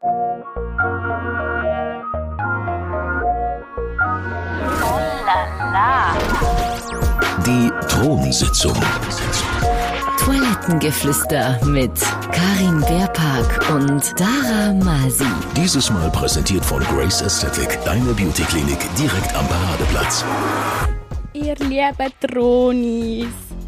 Die Thronsitzung. Toilettengeflüster mit Karin Beerpark und Dara Masi. Dieses Mal präsentiert von Grace Aesthetic, deine Beauty-Klinik direkt am Paradeplatz. Ihr lieben Tronis.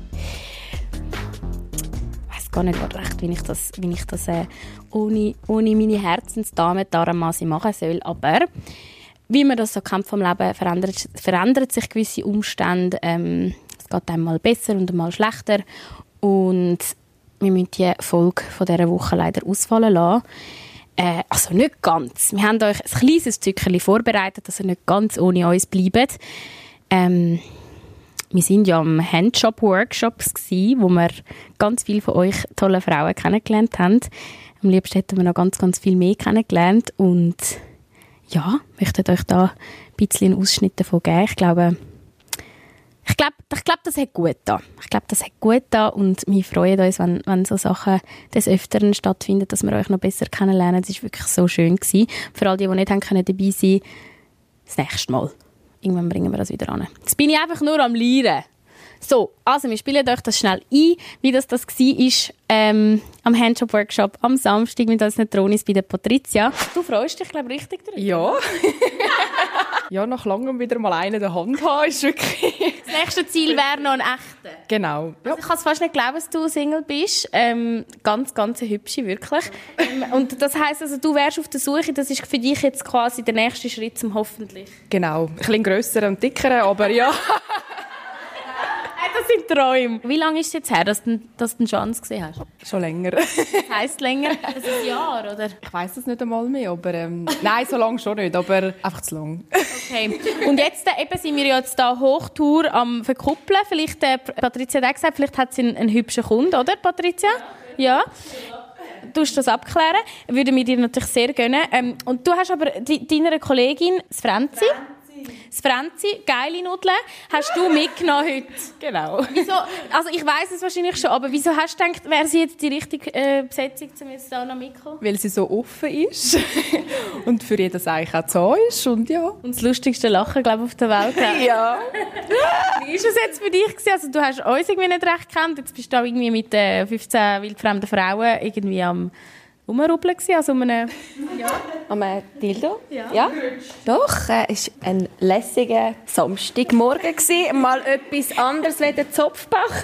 Ich weiss gar nicht recht, wie ich das ohne meine Herzensdame Dara Masi machen soll. Aber wie man das so kennt vom Leben, verändert sich gewisse Umstände. Es geht einmal besser und einmal schlechter. Und wir müssen die Folge von dieser Woche leider ausfallen lassen. Also nicht ganz. Wir haben euch ein kleines Stückchen vorbereitet, dass ihr nicht ganz ohne uns bleibt. Wir waren ja am Handjob-Workshops, wo wir ganz viele von euch tolle Frauen kennengelernt haben. Am liebsten hätten wir noch ganz, ganz viel mehr kennengelernt. Und ja, möchte euch da ein bisschen einen Ausschnitt davon geben. Ich glaube, das hat gut da. Und wir freuen uns, wenn so Sachen des Öfteren stattfinden, dass wir euch noch besser kennenlernen. Es war wirklich so schön gewesen. Für all die nicht dabei sein konnten, das nächste Mal. Irgendwann bringen wir das wieder an. Jetzt bin ich einfach nur am Lernen. So, also wir spielen euch das schnell ein, wie das war am Handjob-Workshop am Samstag mit unseren Tronis bei der Patricia. Du freust dich, glaube ich, richtig darüber? Ja. Ja, nach langem wieder mal einen in der Hand haben, ist wirklich... Das nächste Ziel wäre noch ein echter. Genau. Ja. Also ich kann es fast nicht glauben, dass du Single bist. Ganz, ganz eine hübsche, wirklich. Und das heisst, also, du wärst auf der Suche, das ist für dich jetzt quasi der nächste Schritt zum Hoffentlich. Genau. Ein bisschen grösser und dicker, aber ja. Das sind Träume. Wie lange ist es jetzt her, dass du eine Chance gesehen hast? Schon länger. Das heisst länger? Das ist ein Jahr, oder? Ich weiss es nicht einmal mehr, aber... nein, so lange schon nicht, aber einfach zu lang. Okay. Und jetzt sind wir jetzt hier Hochtour am Verkuppeln. Vielleicht, Patricia hat auch gesagt, vielleicht hat sie einen hübschen Kunden, oder, Patricia? Ja. Du musst das abklären. Würden wir dir natürlich sehr gönnen. Und du hast aber deiner Kollegin, das Franzi, geile Nudeln, hast du mitgenommen heute. Genau. Wieso? Also ich weiss es wahrscheinlich schon, aber wieso hast du gedacht, wäre sie jetzt die richtige Besetzung, um jetzt hier noch mitzukommen? Weil sie so offen ist und für jedes eigentlich auch zu ist und ja. Und das lustigste Lachen, glaube ich, auf der Welt. Ja. Wie war es jetzt für dich gewesen? Also du hast uns irgendwie nicht recht gekannt, jetzt bist du auch irgendwie mit 15 wildfremden Frauen irgendwie am rumrubbeln gewesen, also Am Dildo? Ja. Doch, es war ein lässiger Samstagmorgen. Mal etwas anderes als den Zopfbacken.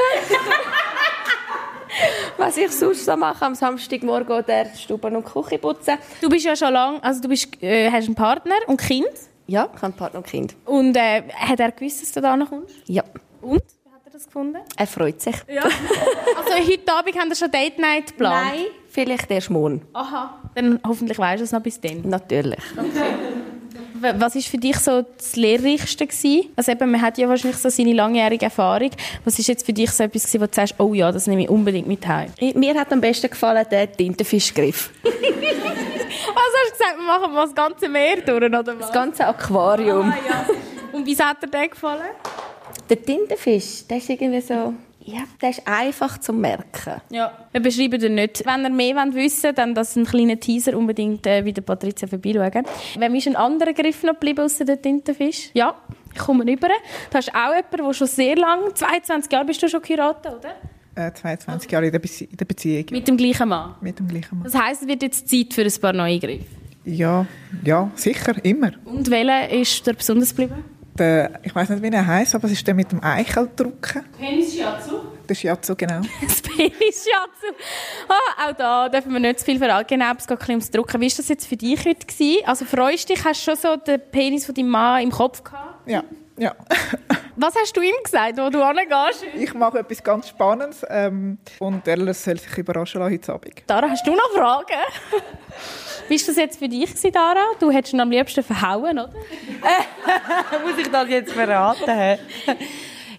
Was ich sonst so mache am Samstagmorgen oder Stuben und Küche putzen. Du bist ja schon lange, also du hast einen Partner und Kind. Ja, ich habe Partner und Kind. Und hat er gewusst, dass du da noch kommst? Ja. Und? Wie hat er das gefunden? Er freut sich. Ja. Also heute Abend haben wir schon Date Night geplant? Nein, vielleicht erst morgen. Aha. Dann hoffentlich weisst du es noch bis dann. Natürlich. Okay. Was war für dich so das Lehrreichste gewesen? Also eben, man hat ja wahrscheinlich so seine langjährige Erfahrung. Was ist jetzt für dich so etwas gewesen, wo du sagst, oh ja, das nehme ich unbedingt mit heim? Mir hat am besten gefallen der Tintenfischgriff. Was hast du gesagt? Wir machen mal das ganze Meer durch, oder was? Das ganze Aquarium. Ah, ja. Und wie hat dir gefallen? Der Tintenfisch, der ist irgendwie so... Ja, der ist einfach zu merken. Ja, wir beschreiben den nicht. Wenn ihr mehr wissen wollt, dann das ein kleiner Teaser, unbedingt bei der Patricia vorbeischauen. Wem ist ein anderer Griff noch geblieben außer der Tintenfisch? Ja, ich komme rüber. Du hast auch jemanden, der schon sehr lange, 22 Jahre bist du schon geheiratet, oder? 22 Jahre in der Beziehung. Mit dem gleichen Mann? Mit dem gleichen Mann. Das heisst, es wird jetzt Zeit für ein paar neue Griffe? Ja, sicher, immer. Und welcher ist dir besonders geblieben? Ich weiss nicht, wie er heisst, aber es ist der mit dem Eicheldrucken. Penis-Shiatsu? Der Shiatsu, genau. Das Penis-Shiatsu. Auch da dürfen wir nicht zu viel verraten. Genau, es geht ein bisschen ums Drucken. Wie war das jetzt für dich heute gewesen? Also freust du dich? Hast du schon so den Penis von deinem Mann im Kopf gehabt? Ja. Was hast du ihm gesagt, wo du hingehst? Ich mache etwas ganz Spannendes und er soll sich überraschen lassen heute Abend. Dara, hast du noch Fragen? Wie war das jetzt für dich, Dara? Du hättest ihn am liebsten verhauen, oder? Muss ich das jetzt verraten?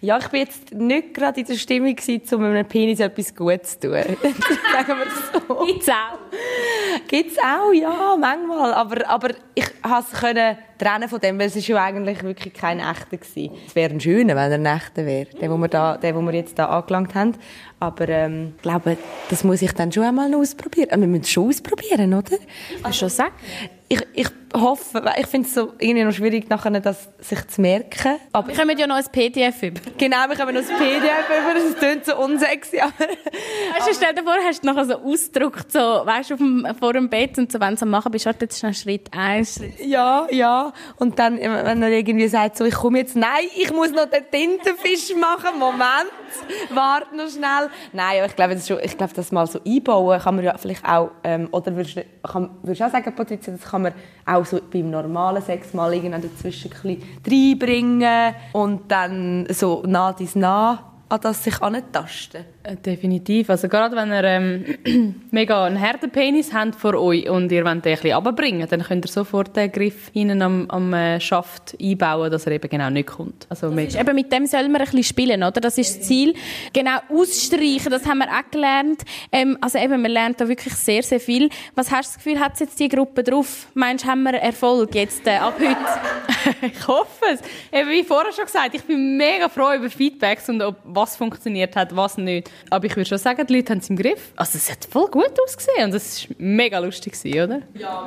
Ja, ich bin jetzt nicht gerade in der Stimmung gewesen, um einem Penis etwas Gutes zu tun. Sagen wir das so. Gibt's auch? Gibt's auch, ja, manchmal. Aber ich konnte trennen von dem, weil es ist ja eigentlich wirklich kein echter gewesen. Es wäre ein schöner, wenn er ein echter wäre, der, wo wir jetzt da angelangt haben. Aber ich glaube, das muss ich dann schon einmal noch ausprobieren. Wir müssen es schon ausprobieren, oder? Kannst du schon sagen? Ich hoffe, ich finde es so irgendwie noch schwierig, nachher das sich zu merken. Aber Wir kommen ja noch ein PDF über. genau, wir kommen noch ein PDF über, das klingt so unsexy. Aber Weißt du, stell dir vor, hast du nachher so ausgedruckt, so, weißt du, vor dem Bett und so, wenn du am machen bist, warte, jetzt schnell Schritt 1, Schritt 2. ja. Und dann, wenn er irgendwie sagt, so, ich komme jetzt, nein, ich muss noch den Tintenfisch machen, Moment, warte noch schnell. Nein, aber ich glaube, das mal so einbauen kann man ja vielleicht auch, oder würdest du auch sagen, Patricia, das kann man auch so beim normalen Sex mal irgendwann dazwischen ein bisschen reinbringen und dann so nah an das sich antasten. Definitiv. Also gerade wenn ihr mega einen harten Penis habt vor euch und ihr wollt den ein bisschen runterbringen, dann könnt ihr sofort den Griff hinten am Schaft einbauen, dass er eben genau nicht kommt. Also Eben mit dem soll man ein bisschen spielen, oder? Das ist das Ziel. Genau, ausstreichen, das haben wir auch gelernt. Also eben, man lernt da wirklich sehr, sehr viel. Was hast du das Gefühl, hat jetzt die Gruppe drauf? Meinst du, haben wir Erfolg jetzt ab heute? ich hoffe es. Eben wie vorher schon gesagt, ich bin mega froh über Feedbacks und ob was funktioniert hat, was nicht. Aber ich würde schon sagen, die Leute haben es im Griff. Also es hat voll gut ausgesehen und es war mega lustig, oder? Ja,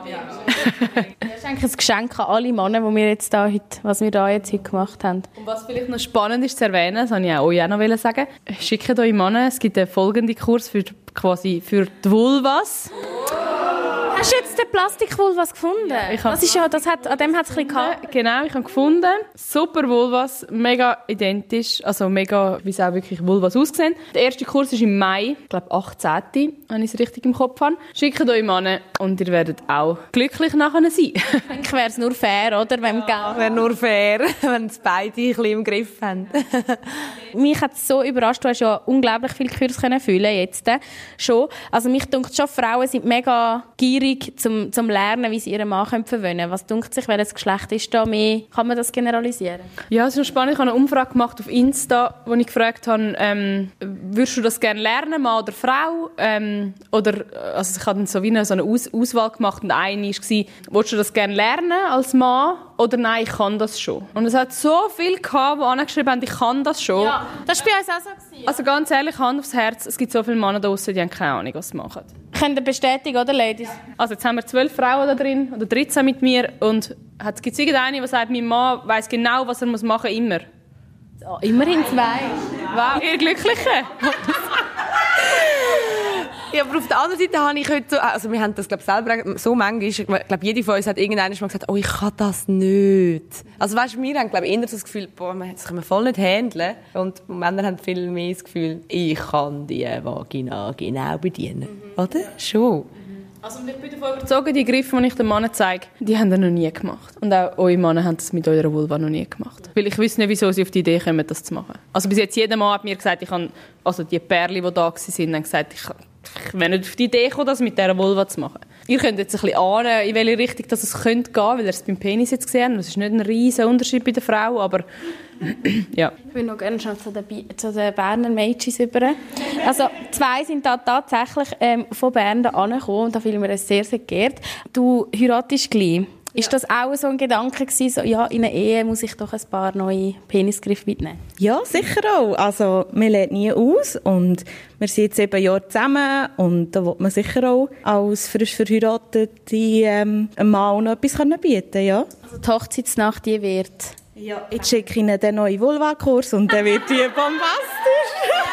Das ist eigentlich ein Geschenk an alle Männer, was wir da jetzt heute gemacht haben. Und was vielleicht noch spannend ist zu erwähnen, das wollte ich auch euch noch sagen, schickt euch Männer, es gibt einen folgenden Kurs für die Vulvas. Hast du jetzt den Plastik-Vulvas gefunden? Ja, an dem hat es ein bisschen gehabt. Genau, ich habe gefunden. Super Vulvas, mega identisch, also mega, wie es auch wirklich Vulvas aussehen. Der erste Kurs ist im Mai, ich glaube 18., wenn ich es richtig im Kopf habe. Schickt euch Männer und ihr werdet auch glücklich nachher sein. Ich denke, wäre es nur fair, oder? Wäre nur fair, wenn es beide ein bisschen im Griff haben. Mich hat es so überrascht, du hast ja unglaublich viel Kurs fühlen jetzt schon. Also mich denkt schon, Frauen sind mega gierig zum Lernen, wie sie ihren Mann verwöhnen können. Was denkt sich, welches Geschlecht ist da mehr? Kann man das generalisieren? Ja, es ist noch spannend. Ich habe eine Umfrage gemacht auf Insta, wo ich gefragt habe, würdest du das gerne lernen, Mann oder Frau? Also ich habe dann so eine Auswahl gemacht und eine war, willst du das gerne lernen als Mann oder nein, ich kann das schon? Und es hat so viele gehabt, die angeschrieben haben, ich kann das schon. Ja, das war bei uns auch so. Also ganz ehrlich, Hand aufs Herz, es gibt so viele Männer da draussen, die haben keine Ahnung, was sie machen. Könnt ihr bestätigen, oder, Ladies? Also jetzt haben wir 12 Frauen da drin, oder 13 mit mir, und gibt es irgendeine, die sagt, mein Mann weiss genau, was er machen muss, immer? Oh, immerhin 2. Wow, ihr Glückliche! Ja, aber auf der anderen Seite habe ich heute so, also wir haben das, glaube ich, selber so manchmal, ich glaube, jede von uns hat irgendwann mal gesagt, oh, ich kann das nicht. Also weißt du, wir haben, glaube ich, eher so das Gefühl, boah, das können wir voll nicht handeln. Und Männer haben viel mehr das Gefühl, ich kann die Vagina genau bedienen. Oder? Schon. Also ich bin davon überzeugt, die Griffe, die ich den Männern zeige, die haben das noch nie gemacht. Und auch eure Männer haben das mit eurer Vulva noch nie gemacht. Weil ich wüsste nicht, wieso sie auf die Idee kommen, das zu machen. Also bis jetzt jeder Mann hat mir gesagt, die Pärchen, die da waren, haben gesagt, ich wäre nicht auf die Idee gekommen, das mit dieser Vulva zu machen. Ihr könnt jetzt ein bisschen ahnen, in welche Richtung das es könnte gehen, weil ihr es beim Penis jetzt gesehen habt. Das ist nicht ein riesiger Unterschied bei der Frau, aber ja. Ich würde noch gerne schon zu den Berner Mädchen über. Also 2 sind da tatsächlich von Bern angekommen und da fühlen wir uns sehr, sehr geehrt. Du heiratest gleich. Ist das auch so ein Gedanke gewesen, so, ja, in einer Ehe muss ich doch ein paar neue Penisgriffe mitnehmen? Ja, sicher auch. Also, man lernt nie aus und wir sind jetzt 7 Jahre zusammen und da will man sicher auch als frisch verheiratete einem Mann noch etwas bieten können, ja. Also die Hochzeitsnacht, die wird... Ja, jetzt schicke ich Ihnen den neuen Vulva-Kurs und dann wird die bombastisch.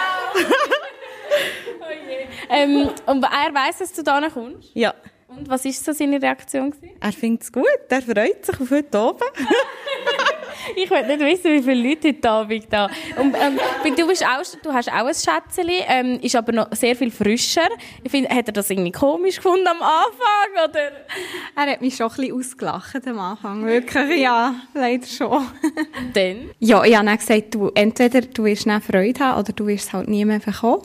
Und er weiss, dass du da kommst? Ja. Und was war so seine Reaktion? Er findet es gut, er freut sich auf heute Abend. Ich will nicht wissen, wie viele Leute heute Abend da. Und, du hast auch ein Schätzchen, ist aber noch sehr viel frischer. Hat er das irgendwie komisch gefunden am Anfang? Oder? Er hat mich schon ein bisschen ausgelacht am Anfang. Wirklich, ja, leider schon. Dann? Ja, ich habe dann gesagt, entweder du wirst dann Freude haben oder du wirst es halt nie mehr bekommen.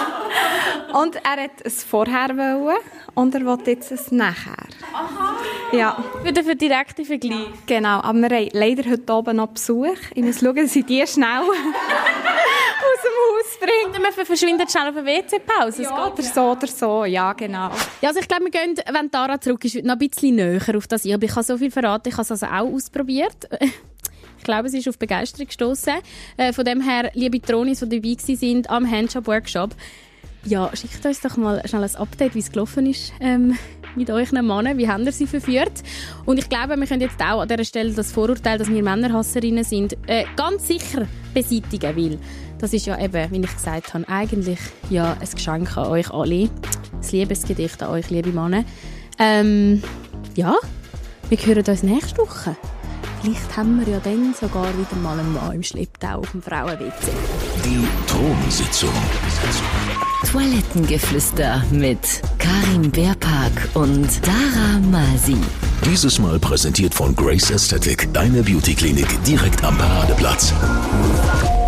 Und er hat es vorher wollen und er will jetzt es nachher. Aha. Ja. Wieder für direkte Vergleich. Genau, aber wir haben leider heute oben noch Besuch. Ich muss schauen, dass ich die schnell aus dem Haus bringe. Und man verschwindet schnell auf eine WC-Pause. Ja, oder so, ja, genau. Ja, also ich glaube, wir gehen, wenn Tara zurück ist, noch ein bisschen näher auf das ein. Aber ich habe so viel verraten, ich habe es also auch ausprobiert. Ich glaube, es ist auf Begeisterung gestossen. Von dem her, liebe Tronis, die dabei waren am Handjob-Workshop, ja, schickt uns doch mal schnell ein Update, wie es gelaufen ist mit euch Männern. Wie habt ihr sie verführt? Und ich glaube, wir können jetzt auch an dieser Stelle das Vorurteil, dass wir Männerhasserinnen sind, ganz sicher beseitigen, weil das ist ja eben, wie ich gesagt habe, eigentlich ja ein Geschenk an euch alle. Ein Liebesgedicht an euch, liebe Männer. Ja, wir hören uns nächste Woche. Vielleicht haben wir ja dann sogar wieder mal einen Mann im Schlepptau auf dem Frauen-WC. Die Thronsitzung. Toilettengeflüster mit Karin Beerpark und Dara Masi. Dieses Mal präsentiert von Grace Aesthetic, deine Beauty-Klinik direkt am Paradeplatz.